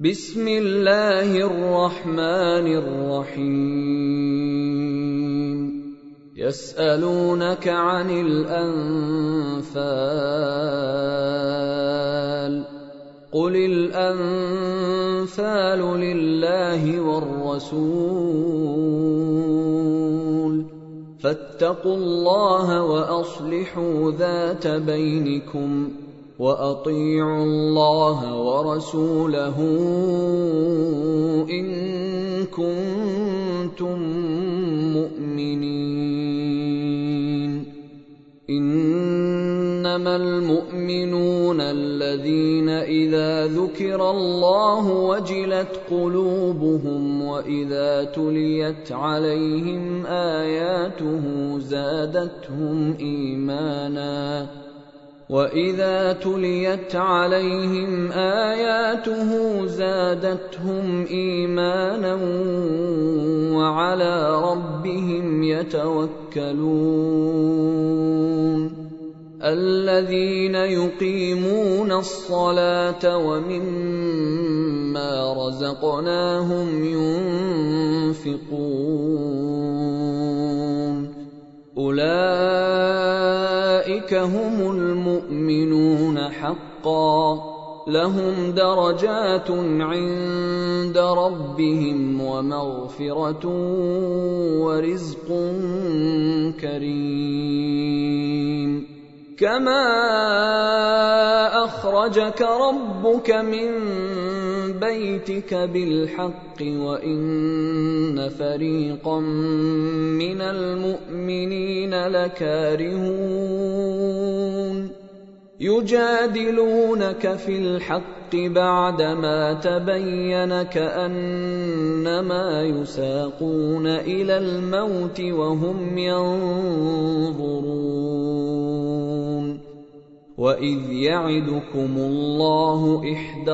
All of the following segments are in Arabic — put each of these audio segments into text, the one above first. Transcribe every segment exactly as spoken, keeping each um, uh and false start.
بسم الله الرحمن الرحيم يسألونك عن الأنفال قل الأنفال لله والرسول فاتقوا الله وأصلحوا ذات بينكم وأطيعوا الله ورسوله إن كنتم مؤمنين إنما المؤمنون الذين إذا ذكر الله وجلت قلوبهم وإذا تليت عليهم آياته زادتهم إيمانا وَإِذَا تُلِيَتْ عَلَيْهِمْ آيَاتُهُ زَادَتْهُمْ إِيمَانًا وَعَلَى رَبِّهِمْ يَتَوَكَّلُونَ الَّذِينَ يُقِيمُونَ الصَّلَاةَ وَمِمَّا رَزَقْنَاهُمْ يُنْفِقُونَ أُولَئِكَ هُمُ الْمُؤْمِنُونَ حَقًّا لَهُمْ دَرَجَاتٌ عِندَ رَبِّهِمْ وَمَغْفِرَةٌ وَرِزْقٌ كَرِيمٌ كَمَا أَخْرَجَكَ رَبُّكَ مِنْ بَيْتِكَ بِالْحَقِّ وَإِنَّ فَرِيقًا مِنَ الْمُؤْمِنِينَ لَكَارِهُونَ يُجَادِلُونَكَ فِي الْحَقِّ بَعْدَمَا تَبَيَّنَ كَأَنَّمَا يُسَاقُونَ إِلَى الْمَوْتِ وَهُمْ يَنظُرُونَ وَإِذْ يَعِدُكُمُ اللَّهُ إِحْدَى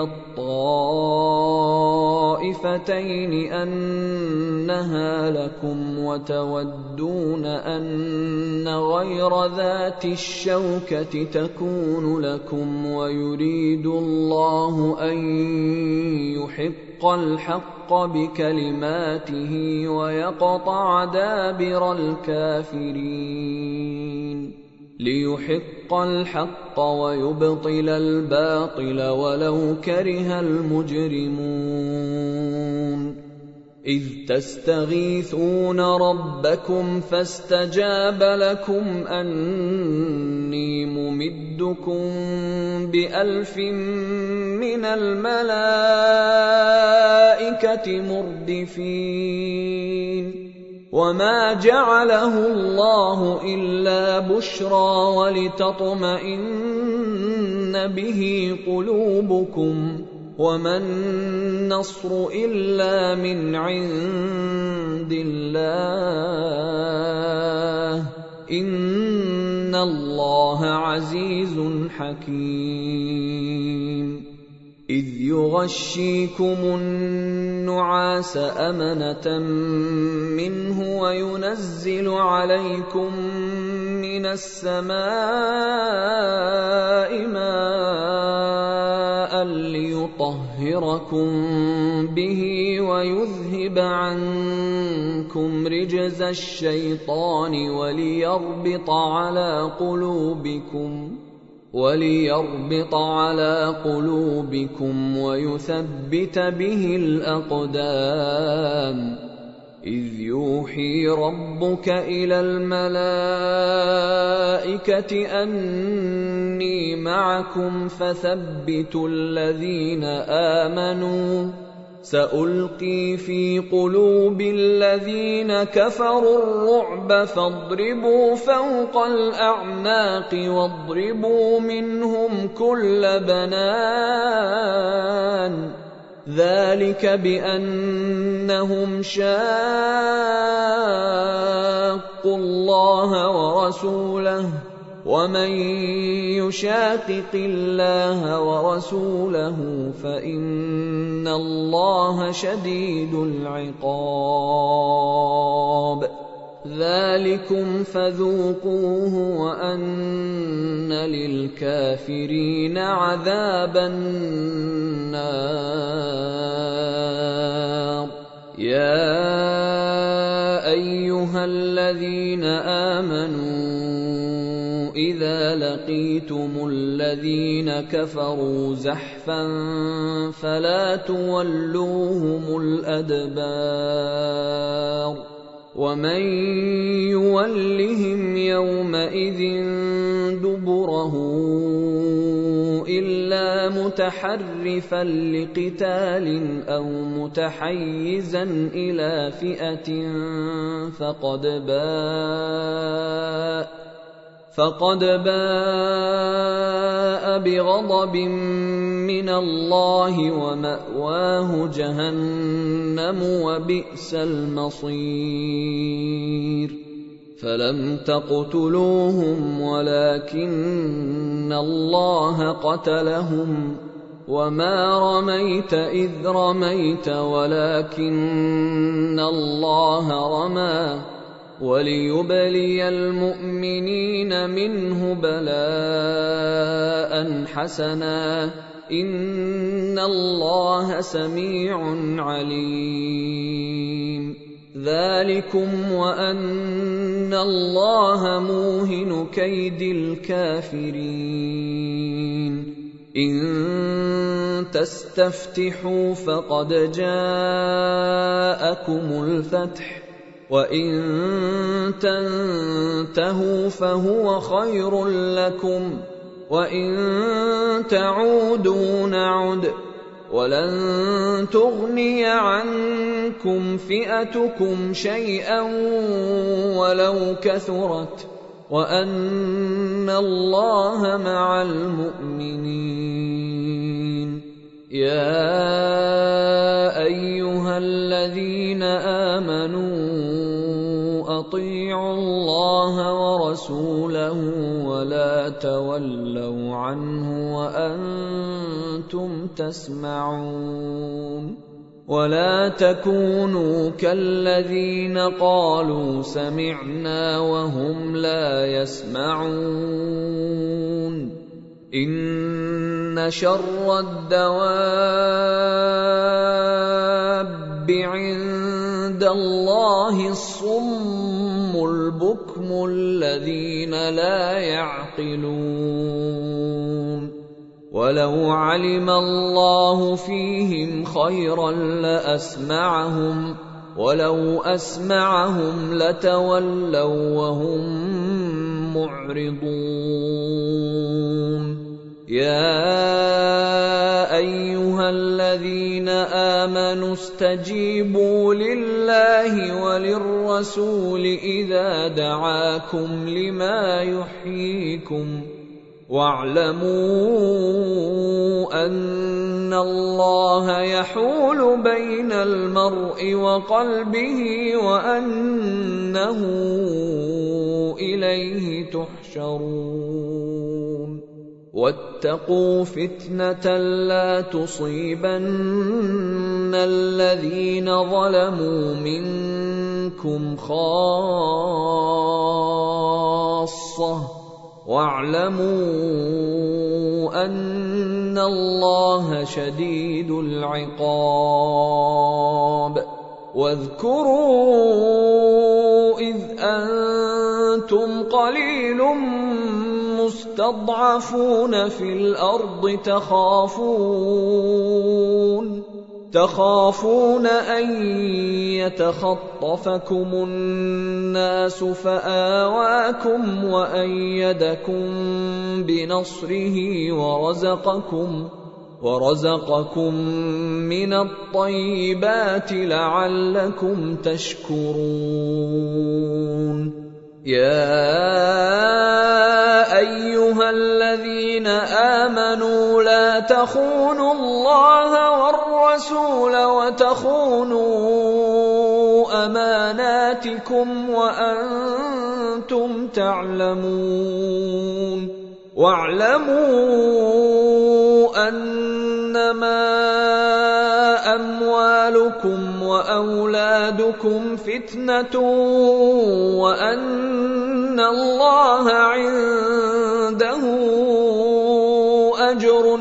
الطَّائِفَتَيْنِ أَنَّهَا لَكُمْ وَتَوَدُّونَ أَنَّ غَيْرَ ذَاتِ الشَّوْكَةِ تَكُونُ لَكُمْ وَيُرِيدُ اللَّهُ أَن يُحِقَّ الْحَقَّ بِكَلِمَاتِهِ وَيَقْطَعَ دَابِرَ الْكَافِرِينَ لِيُحِقَّ الْحَقَّ وَيُبْطِلَ الْبَاطِلَ وَلَوْ كَرِهَ الْمُجْرِمُونَ إِذْ تَسْتَغِيثُونَ رَبَّكُمْ فَاسْتَجَابَ لَكُمْ أَنِّي مُمِدُّكُمْ بِأَلْفٍ مِّنَ الْمَلَائِكَةِ مُرْدِفِينَ وَمَا جَعَلَهُ اللَّهُ إِلَّا بُشْرَىٰ وَلِتَطْمَئِنَّ بِهِ قُلُوبُكُمْ وَمَا النَّصْرُ إِلَّا مِنْ عِندِ اللَّهِ إِنَّ اللَّهَ عَزِيزٌ حَكِيمٌ إِذْ يُغَشِّيكُمُ النُّعَاسَ أَمَنَةً مِّنْهُ وَيُنَزِّلُ عَلَيْكُم مِّنَ السَّمَاءِ مَاءً لِّيُطَهِّرَكُم بِهِ وَيُذْهِبَ عَنكُمْ رِجْزَ الشَّيْطَانِ وَلِيَرْبِطَ عَلَىٰ قُلُوبِكُمْ وَلِيَرْبِطَ عَلَىٰ قُلُوبِكُمْ وَيُثَبِّتَ بِهِ الْأَقْدَامَ إِذْ يُوحِي رَبُّكَ إِلَى الْمَلَائِكَةِ أَنِّي مَعَكُمْ فَثَبِّتُوا الَّذِينَ آمَنُوا سَأُلْقِي فِي قُلُوبِ الَّذِينَ كَفَرُوا الرُّعْبَ فَاضْرِبُوا فَوْقَ الْأَعْنَاقِ وَاضْرِبُوا مِنْهُمْ كُلَّ بَنَانٍ ذَلِكَ بِأَنَّهُمْ شَاقُّوا اللَّهَ وَرَسُولَهُ وَمَن يُشَاقِقِ اللَّهَ وَرَسُولَهُ فَإِنَّ اللَّهَ شَدِيدُ الْعِقَابِ ذَلِكُمْ فَذُوقُوهُ وَأَنَّ لِلْكَافِرِينَ عَذَابَ النَّارِ أيها الذين آمنوا إذا لقيتم الذين كفروا زحفا فلا تولوهم الأدبار ومن يولهم يومئذ دبره إلا متحرفا لقتال أو متحيزا إلى فئة فقد باء فقد باء بغضب من الله ومأواه جهنم وبئس المصير فلم تقتلوهم ولكن الله قتلهم وما رميت إذ رميت ولكن الله رمى وليبلي المؤمنين منه بلاء حسنا إن الله سميع عليم ذلكم وأن الله موهن كيد الكافرين إن تستفتحوا فقد جاءكم الفتح وإن تنتهوا فهو خير لكم وإن تعودوا نعد ولن تغني عنكم فئتكم شيئا ولو كثرت وأن الله مع المؤمنين يا أيها الذين آمنوا أطيعوا الله ورسوله ولا تولوا عنه وأنتم تسمعون ولا تكونوا كالذين قالوا سمعنا وهم لا يسمعون إن شر الدواب عند الله الصم البكم الذين لا يعقلون ولو علم الله فيهم خيرا لأسمعهم ولو أسمعهم لتولوا وهم معرضون يا أيها الذين آمنوا استجيبوا لله وللرسول إذا دعاكم لما يحييكم واعلموا أن الله يحول بين المرء وقلبه وأنه إليه تحشرون واتقوا فتنة لا تصيبن الذين ظلموا منكم خاصة واعلموا أن الله شديد العقاب واذكروا إذ أنتم قليل مستضعفون في الأرض تخافون تخافون أن يتخطفكم الناس فآواكم وأيدكم بنصره ورزقكم ورزقكم من الطيبات لعلكم تشكرون يا أيها الذين آمنوا لا تخونوا الله والرسول وتخونوا أماناتكم وأنتم تعلمون واعلموا أنما أموالكم وأولادكم فتنة وأن الله عنده أجر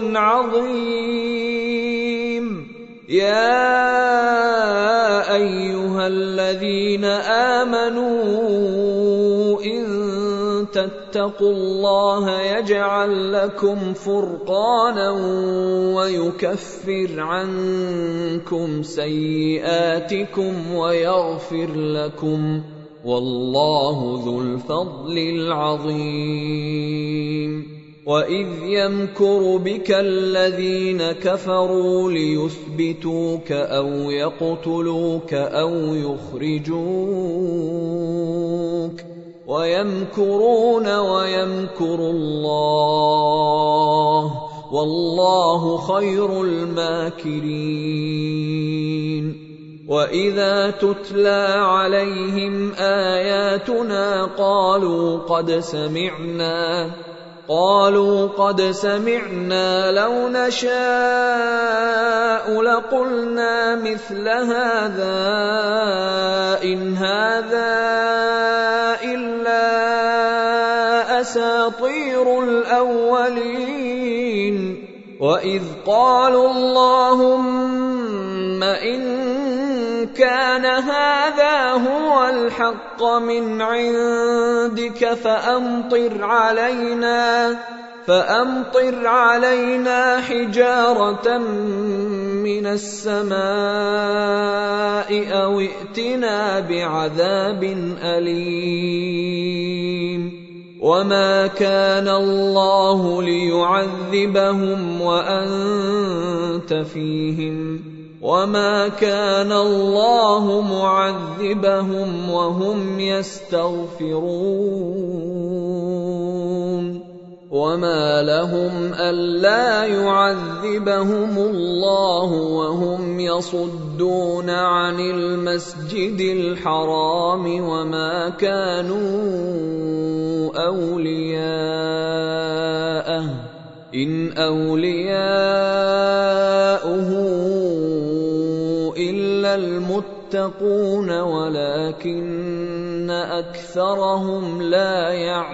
عظيم يا أيها الذين واتقوا الله يجعل لكم فرقانا ويكفر عنكم سيئاتكم ويغفر لكم، والله ذو الفضل العظيم. وإذ يمكر بك الذين كفروا ليثبتوك أو يقتلوك أو يخرجوك ويمكرون ويمكر الله والله خير الماكرين. وإذا تتلى عليهم آياتنا قالوا قد سمعنا قالوا قد سمعنا لو نشاء لقلنا مثل هذا إن هذا إلا أساطير الأولين. وإذ قالوا اللهم إن كان هذا هو الحق من عندك فأمطر علينا فأمطر علينا حجارة من السماء أو ائتنا بعذاب أليم. وما كان الله ليعذبهم وأنت فيهم وما كان الله معذبهم وهم يستغفرون. وما لهم ألا يعذبهم الله وهم يصدون عن المسجد الحرام وما كانوا أولياءه إن أولياؤه إلا المتقون ولكن أكثرهم لا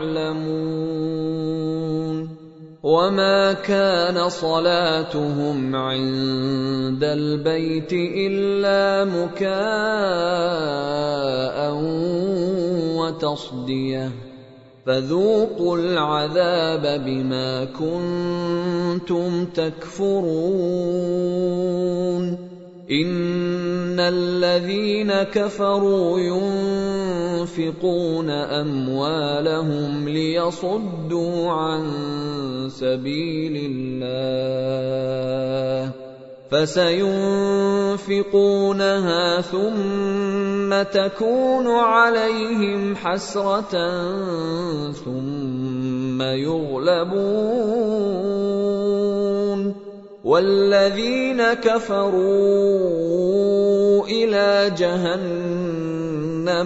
يعلمون. وما كان صلاتهم عند البيت إلا مكاء وتصدية فذوقوا العذاب بما كنتم تكفرون. إن الذين كفروا ينفقون أموالهم ليصدوا عن سبيل الله فسينفقونها ثم تكون عليهم حسرة ثم يغلبون والذين كفروا إلى جهنم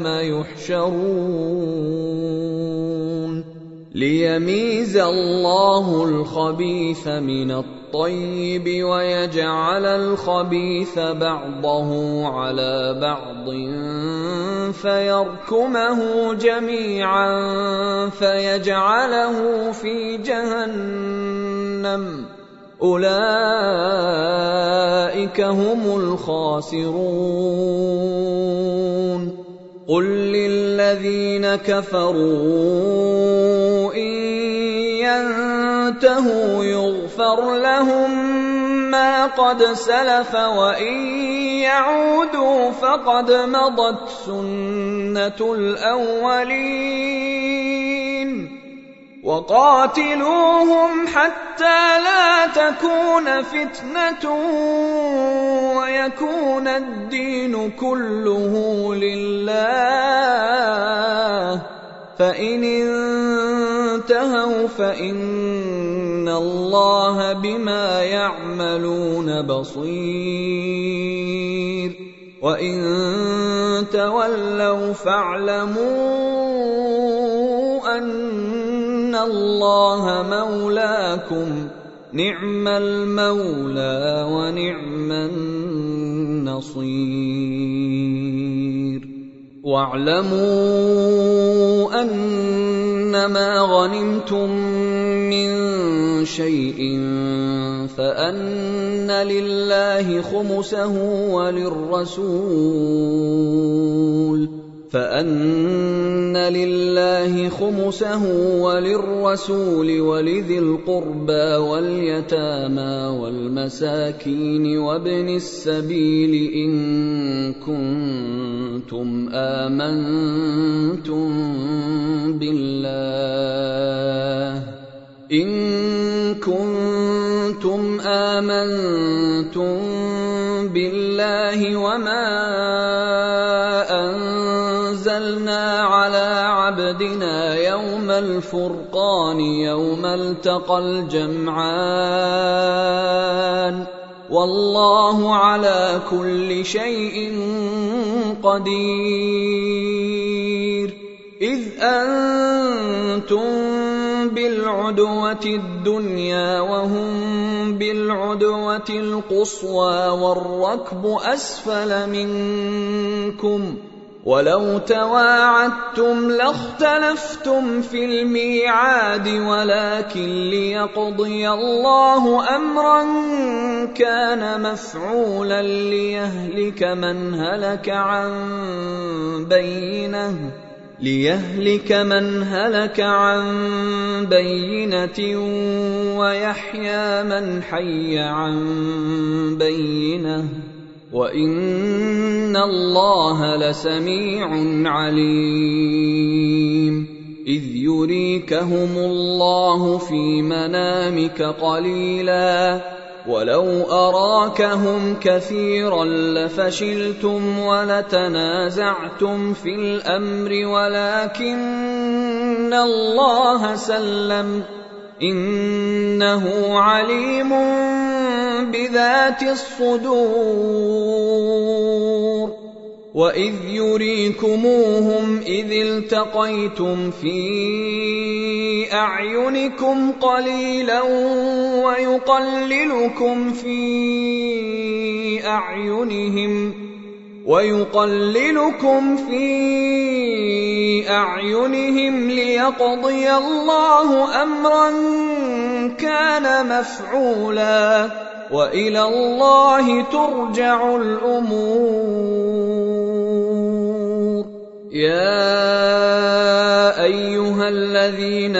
يحشرون ليميز الله الخبيث من الطيب ويجعل الخبيث بعضه على بعض فيركمه جميعا فيجعله في جهنم أولئك هم الخاسرون. قل للذين كفروا إن ينتهوا يغفر لهم ما قد سلف وإن يعودوا فقد مضت سنة الأولين. وقاتلوهم حتى لا تكون فتنة ويكون الدين كله لله فإن انتهوا فإن الله بما يعملون بصير وإن تولوا فاعلموا أن الله مولاكم نعم المولى ونعم النصير. واعلموا أنما غنمتم من شيء فأن لله خمسه وللرسول فأن لله خمسه وللرسول ولذي القربى واليتامى والمساكين وابن السبيل إن كنتم آمنتم بالله إن كنتم آمنتم بالله وما أنزلنا على عبدنا يوم الفرقان يوم التقى الجمعان والله على كل شيء قدير إذ أنتم بالعدوة الدنيا وهم بالعدوة القصوى والركب أسفل منكم ولو تواعدتم لاختلفتم في الميعاد ولكن ليقضي الله أمرا كان مفعولا ليهلك من هلك عن بينه ليهلك من هلك عن بينة ويحيى من حي عن بينة وإن الله لسميع عليم إذ يريكهم الله في منامك قليلا ولو أراكهم كثيرا لفشلتم ولتنازعتم في الأمر ولكن الله سلم إنه عليم بذات الصدور وإذ يريكموهم إذ التقيتم في أعينكم قليلا ويقللكم في أعينهم ويقللكم في أعينهم ليقضي الله أمرا كان مفعولا وإلى الله ترجع الأمور يا أيها الذين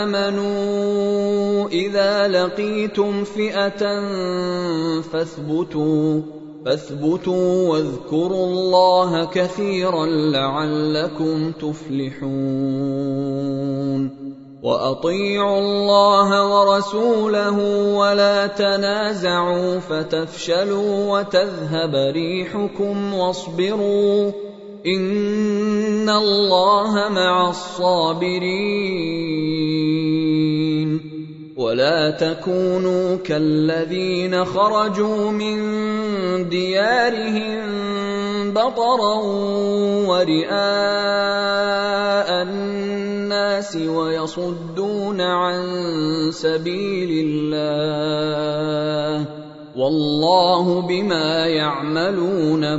آمنوا إذا لقيتم فئة فاثبتوا فاثبتوا واذكروا الله كثيرا لعلكم تفلحون وأطيعوا الله ورسوله ولا تنازعوا فتفشلوا وتذهب ريحكم واصبروا إن الله مع الصابرين ولا تكونوا كالذين خرجوا من ديارهم بطرا ورئاء الناس ويصدون عن سبيل الله والله بما يعملون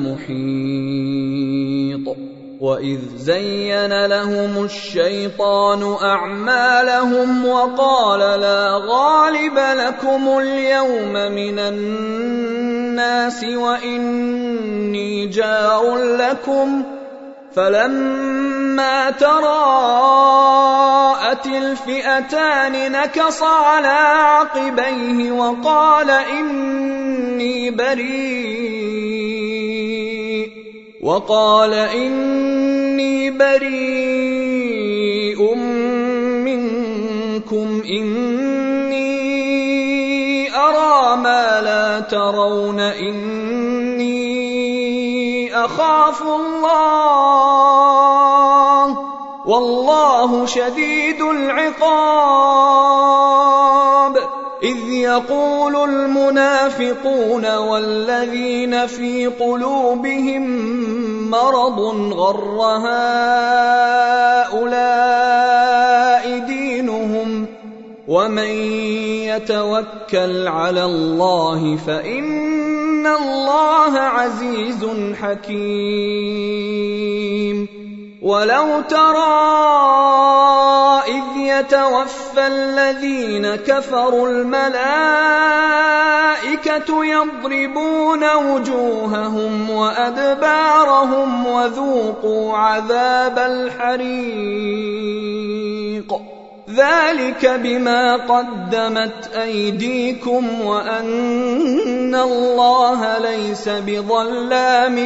محيط وإذ زين لهم الشيطان أعمالهم وقال لا غالب لكم اليوم من الناس وإني جار لكم فلما تراءت الفئتان نكص على عقبيه وقال إني بريء وقال إني بريء منكم إني أرى ما لا ترون إني أخاف الله والله شديد العقاب إذ يقول المنافقون والذين في قلوبهم مرض غر هؤلاء دينهم ومن يتوكل على الله فإن الله عزيز حكيم ولو ترى إذ يتوفى الذين كفروا الملائكة يضربون وجوههم وأدبارهم وذوقوا عذاب الحريق ذلك بما قدمت أيديكم وأن الله ليس بظلام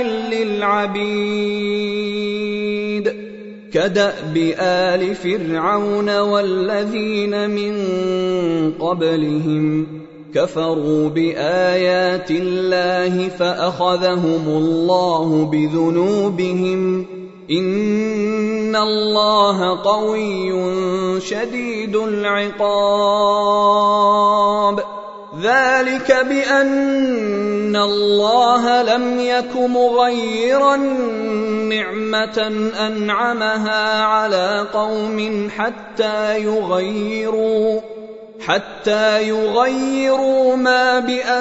للعبيد كدأب آل فرعون والذين من قبلهم كفروا بآيات الله فأخذهم الله بذنوبهم إن الله قوي شديد العقاب ذلك بأن الله لم يك مغيرا نعمة أنعمها على قوم حتى يغيروا حتى يغيروا ما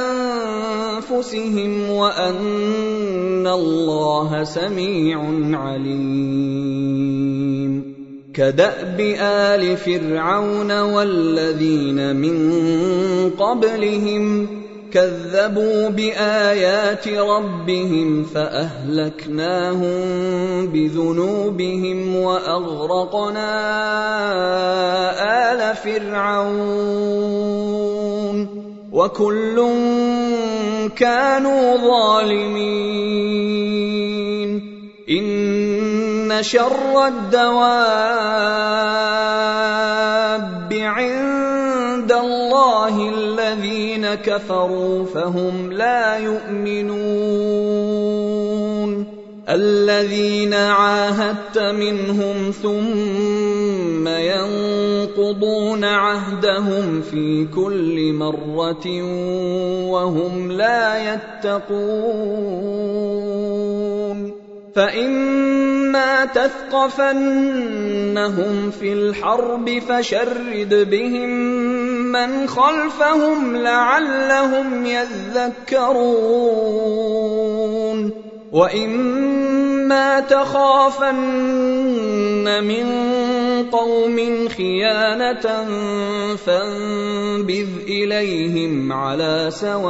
بأنفسهم وأن الله سميع عليم كدأب آل فرعون والذين من قبلهم كذبوا بآيات ربهم فأهلكناهم بذنوبهم وأغرقنا آل فرعون وكل كانوا ظالمين إن شر الدواب عند الله الذين كفروا فهم لا يؤمنون الذين عاهدت منهم ثم ينقضون عهدهم في كل مرة وهم لا يتقون فإما تثقفنهم في الحرب فشرد بهم من خلفهم لعلهم يذكرون وإما تخافن من قوم خيانة فانبذ إليهم على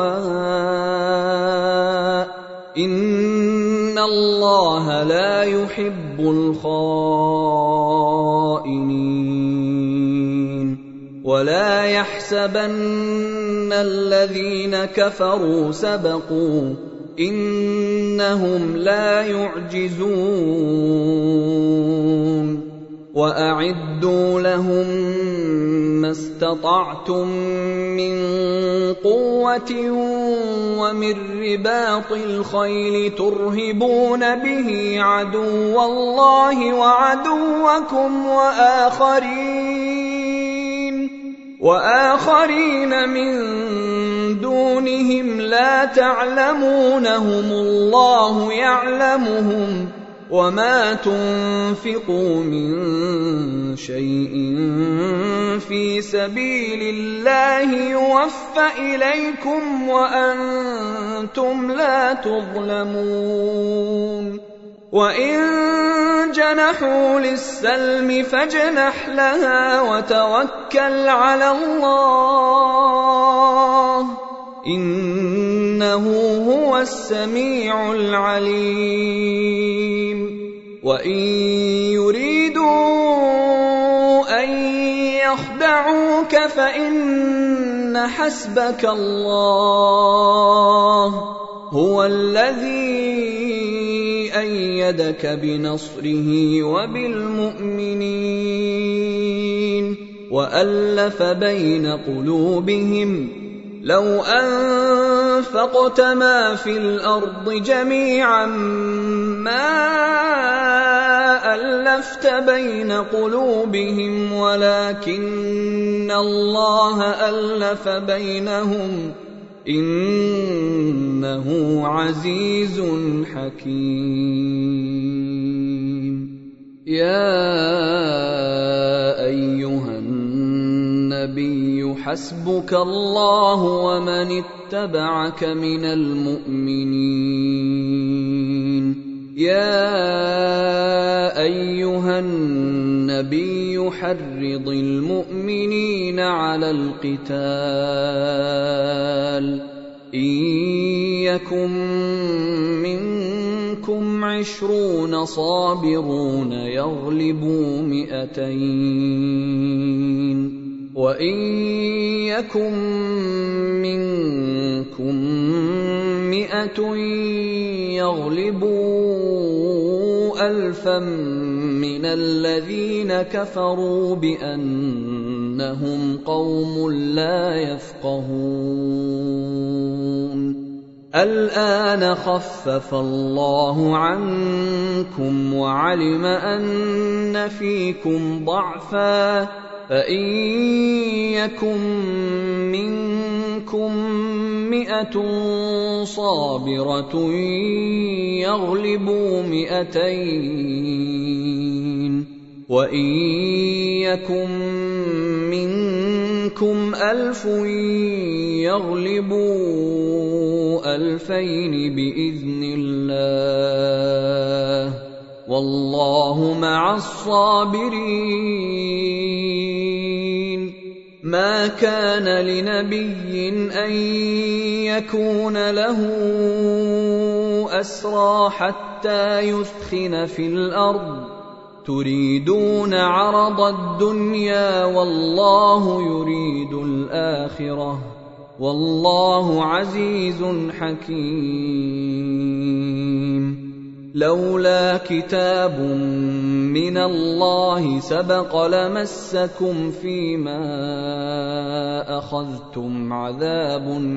سواء إن الله لا يحب الخائنين ولا يحسبن الذين كفروا سبقوا إنهم لا يعجزون وأعدوا لهم ما استطعتم من قوة ومن رباط الخيل ترهبون به عدو الله وعدوكم وآخرين وآخرين من دونهم لا تعلمونهم الله يعلمهم وما تنفقوا من شيء في سبيل الله يوفى إليكم وأنتم لا تظلمون وإن جنحوا للسلم فاجنح لها وتوكل على الله إنه هو السميع العليم وإن يريدوا أن يخدعوك فإن حسبك الله هو الذي أيدك بنصره وبالمؤمنين وألف بين قلوبهم لو أنفقت ما في الأرض جميعا ما ألفت بين قلوبهم ولكن الله ألف بينهم إنه عزيز حكيم يا أيها النبي حسبك الله ومن اتبعك من المؤمنين يا أيها النبي حسبك يحرض المؤمنين على القتال إن يكن منكم عشرون صابرون يغلبوا مئتين وإن يكن منكم مئة يغلبوا ألفا من الذين كفروا بأنهم قوم لا يفقهون الآن خفف الله عنكم وعلم أن فيكم ضعفا فإن يكن منكم مئة صابرة يغلبوا مئتين وإن يكن منكم ألف يغلبوا ألفين بإذن الله والله مع الصابرين ما كان لنبي أن يكون له أسرى حتى يثخن في الأرض تريدون عرض الدنيا والله يريد الآخرة والله عزيز حكيم لولا كتاب من الله سبق لمسكم فيما أخذتم عذاب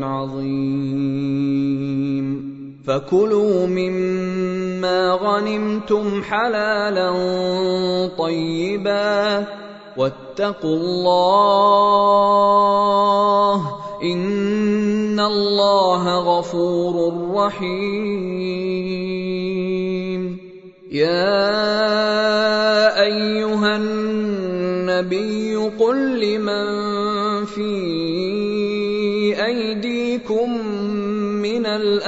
عظيم فكلوا مما غنمتم حلالا طيبا واتقوا الله إن الله غفور رحيم يا أيها النبي قل لمن في أيديكم من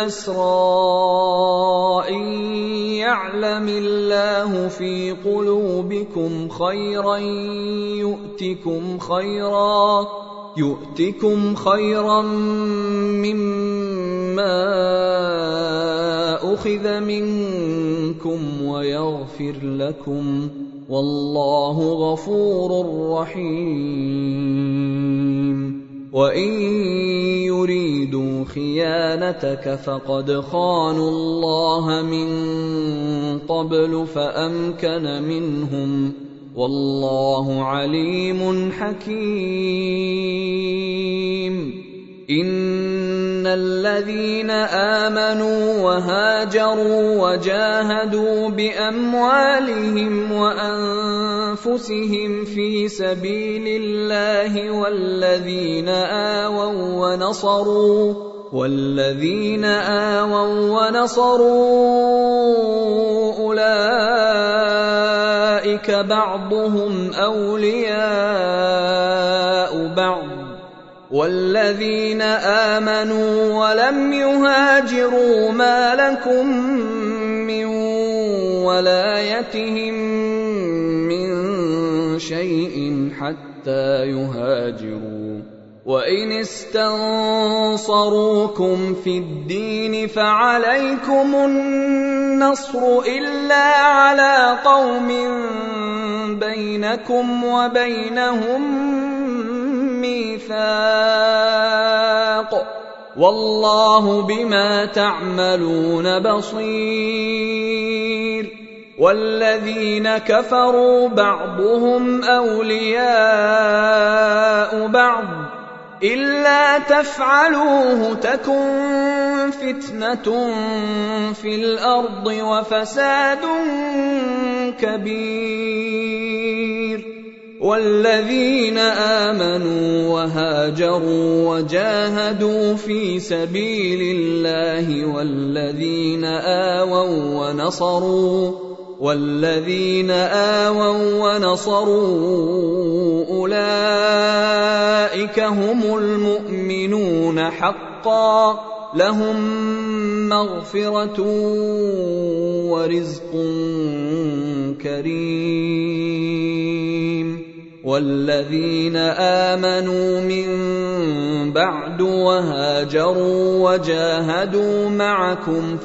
الأسرى إن يعلم الله في قلوبكم خيرا يؤتكم خيرا يؤتكم خيرا مما أخذ منكم ويغفر لكم والله غفور رحيم وإن يريدوا خيانتك فقد خانوا الله من قبل فأمكن منهم والله عليم حكيم إن الذين آمنوا وهاجروا وجاهدوا بأموالهم وأنفسهم في سبيل الله والذين آووا ونصروا والذين آووا ونصروا أولئك بعضهم أولياء بعض والذين آمنوا ولم يهاجروا ما لكم من ولايتهم من شيء حتى يهاجروا وإن استنصروكم في الدين فعليكم النصر إلا على قوم بينكم وبينهم ميثاق والله بما تعملون بصير والذين كفروا بعضهم أولياء بعض إلا تفعلوه تكن فتنة في الأرض وفساد كبير والذين آمنوا وهاجروا وجاهدوا في سبيل الله والذين آووا ونصروا والذين آووا ونصروا أولئك هم المؤمنون حقا لهم مغفرة ورزق كريم والذين آمنوا من بعد وهاجروا وجاهدوا معكم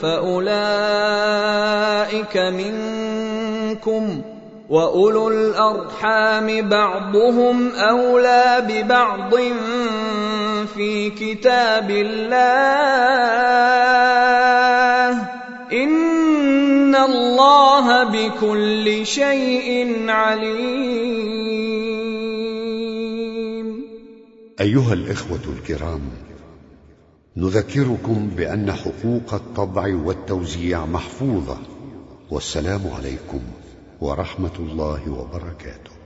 فأولئك منكم، وأولو الأرحام بعضهم أولى ببعض في كتاب الله، إن الله بكل شيء عليم. أيها الإخوة الكرام، نذكركم بأن حقوق الطبع والتوزيع محفوظة، والسلام عليكم ورحمة الله وبركاته.